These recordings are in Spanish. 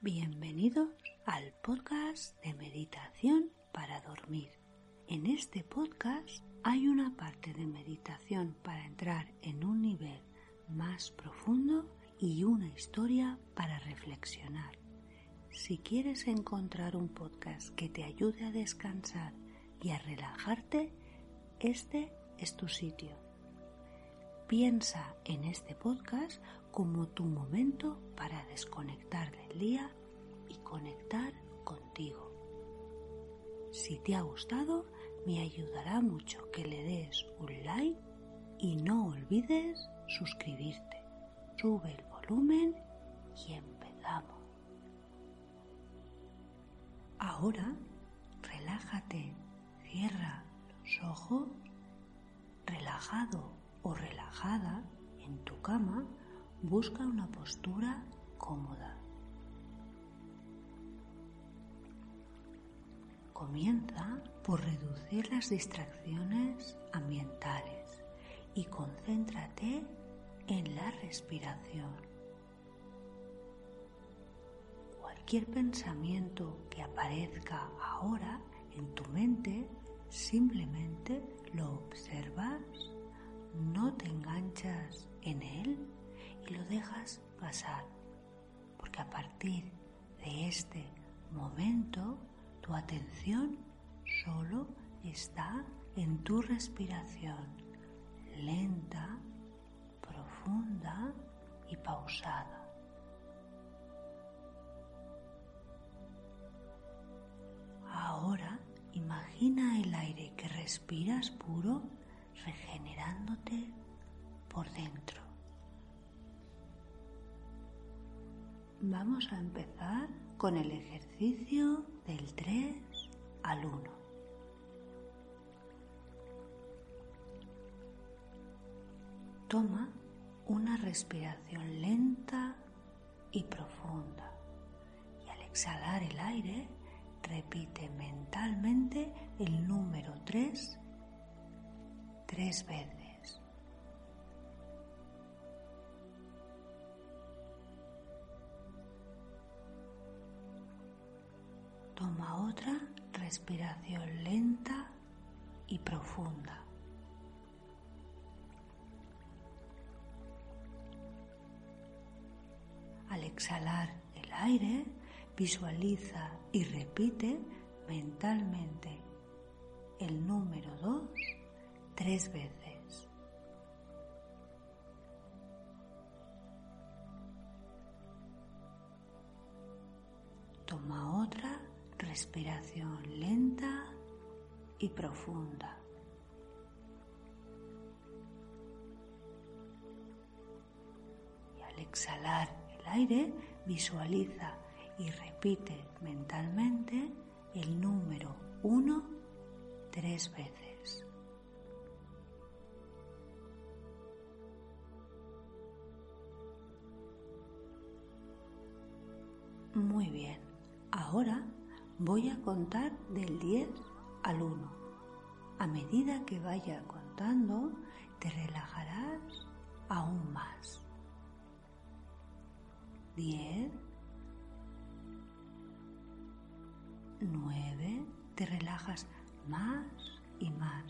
Bienvenidos al podcast de meditación para dormir. En este podcast hay una parte de meditación para entrar en un nivel más profundo y una historia para reflexionar. Si quieres encontrar un podcast que te ayude a descansar y a relajarte, este es tu sitio. Piensa en este podcast como tu momento para desconectar del día y conectar contigo. Si te ha gustado, me ayudará mucho que le des un like y no olvides suscribirte. Sube el volumen y empezamos. Ahora, relájate, cierra los ojos, relajado o relajada en tu cama, busca una postura cómoda. Comienza por reducir las distracciones ambientales y concéntrate en la respiración. Cualquier pensamiento que aparezca ahora en tu mente, simplemente lo observas, no te enganchas en él y lo dejas pasar, porque a partir de este momento tu atención solo está en tu respiración, lenta, profunda y pausada. Ahora imagina el aire que respiras puro regenerándote por dentro. Vamos a empezar con el ejercicio del 3 al 1. Toma una respiración lenta y profunda y al exhalar el aire repite mentalmente el número 3 veces. Toma otra respiración lenta y profunda. Al exhalar el aire, visualiza y repite mentalmente el número 2 3 veces. Toma otra respiración lenta y profunda. Y al exhalar el aire, visualiza y repite mentalmente el número 1 3 veces. Muy bien, ahora voy a contar del 10 al 1. A medida que vaya contando, te relajarás aún más. 10, 9, te relajas más y más.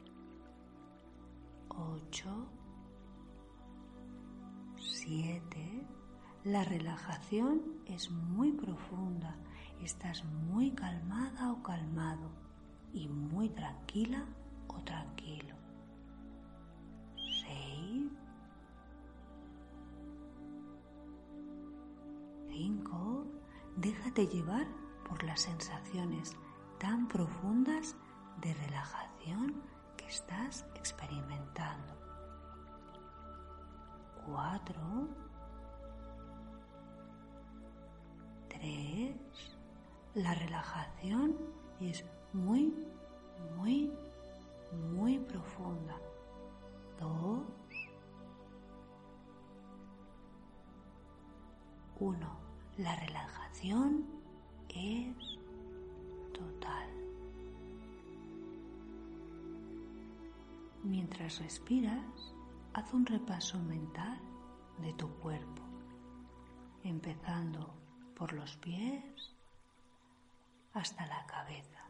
8, 7, la relajación es muy profunda, estás muy calmada o calmado y muy tranquila o tranquilo. 6, 5, déjate llevar por las sensaciones tan profundas de relajación que estás experimentando. 4, 3, la relajación es muy, muy, muy profunda. 2, 1, la relajación es total. Mientras respiras, haz un repaso mental de tu cuerpo, empezando por los pies hasta la cabeza.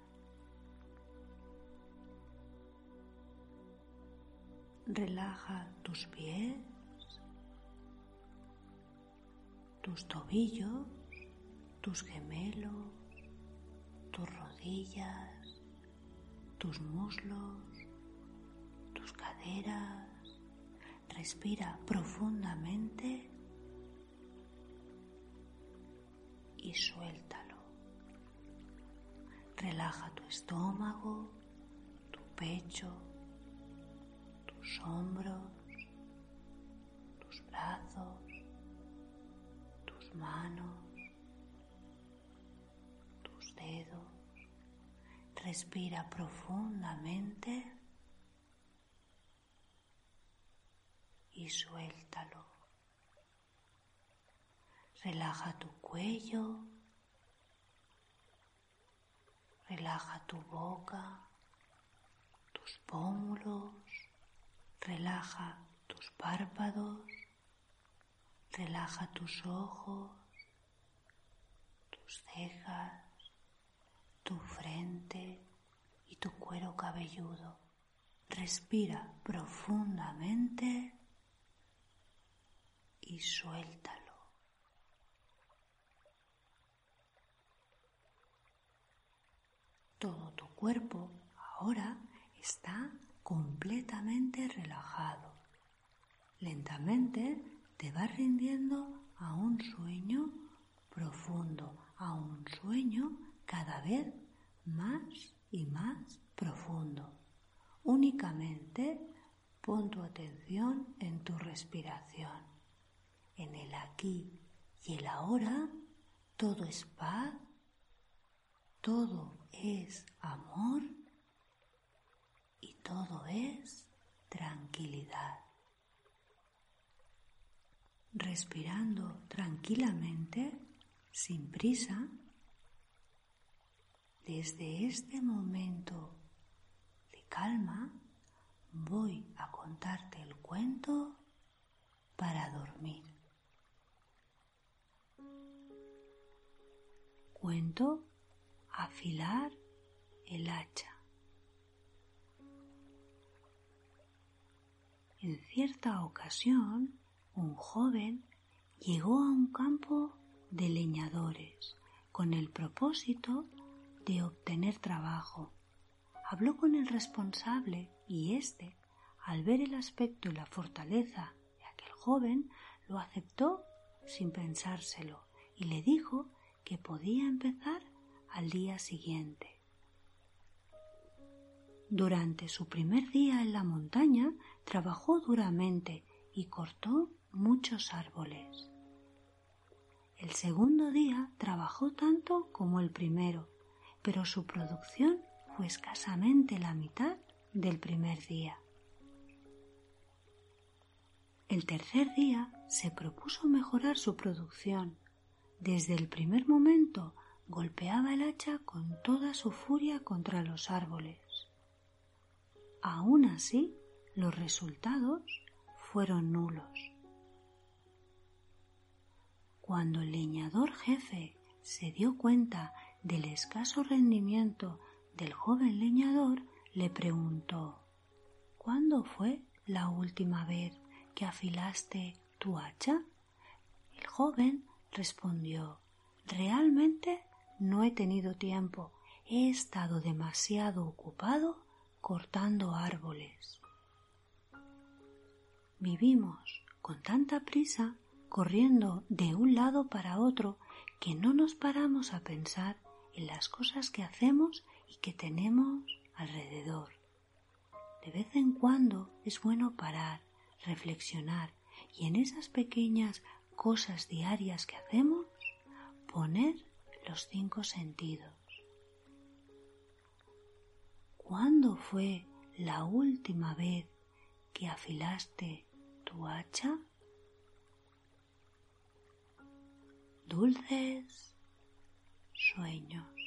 Relaja tus pies, tus tobillos, tus gemelos, tus rodillas, tus muslos, tus caderas. Respira profundamente y suéltalo. Relaja tu estómago, tu pecho, tus hombros, tus brazos, tus manos, tus dedos. Respira profundamente y suéltalo. Relaja tu cuello, relaja tu boca, tus pómulos, relaja tus párpados, relaja tus ojos, tus cejas, tu frente y tu cuero cabelludo. Respira profundamente y suéltalo. Todo tu cuerpo ahora está completamente relajado. Lentamente te vas rindiendo a un sueño profundo, a un sueño cada vez más y más profundo. Únicamente pon tu atención en tu respiración. En el aquí y el ahora todo es paz, todo es amor y todo es tranquilidad. Respirando tranquilamente, sin prisa, desde este momento de calma voy a contarte el cuento para dormir. Cuento Afilar el hacha. En cierta ocasión, un joven llegó a un campo de leñadores con el propósito de obtener trabajo. Habló con el responsable y éste, al ver el aspecto y la fortaleza de aquel joven, lo aceptó sin pensárselo y le dijo que podía empezar al día siguiente. Durante su primer día en la montaña trabajó duramente y cortó muchos árboles. El segundo día trabajó tanto como el primero, pero su producción fue escasamente la mitad del primer día. El tercer día se propuso mejorar su producción. Desde el primer momento golpeaba el hacha con toda su furia contra los árboles. Aún así, los resultados fueron nulos. Cuando el leñador jefe se dio cuenta del escaso rendimiento del joven leñador, le preguntó: ¿Cuándo fue la última vez que afilaste tu hacha? El joven respondió: realmente no he tenido tiempo, he estado demasiado ocupado cortando árboles. Vivimos con tanta prisa, corriendo de un lado para otro, que no nos paramos a pensar en las cosas que hacemos y que tenemos alrededor. De vez en cuando es bueno parar, reflexionar y en esas pequeñas cosas diarias que hacemos, poner los 5 sentidos. ¿Cuándo fue la última vez que afilaste tu hacha? Dulces sueños.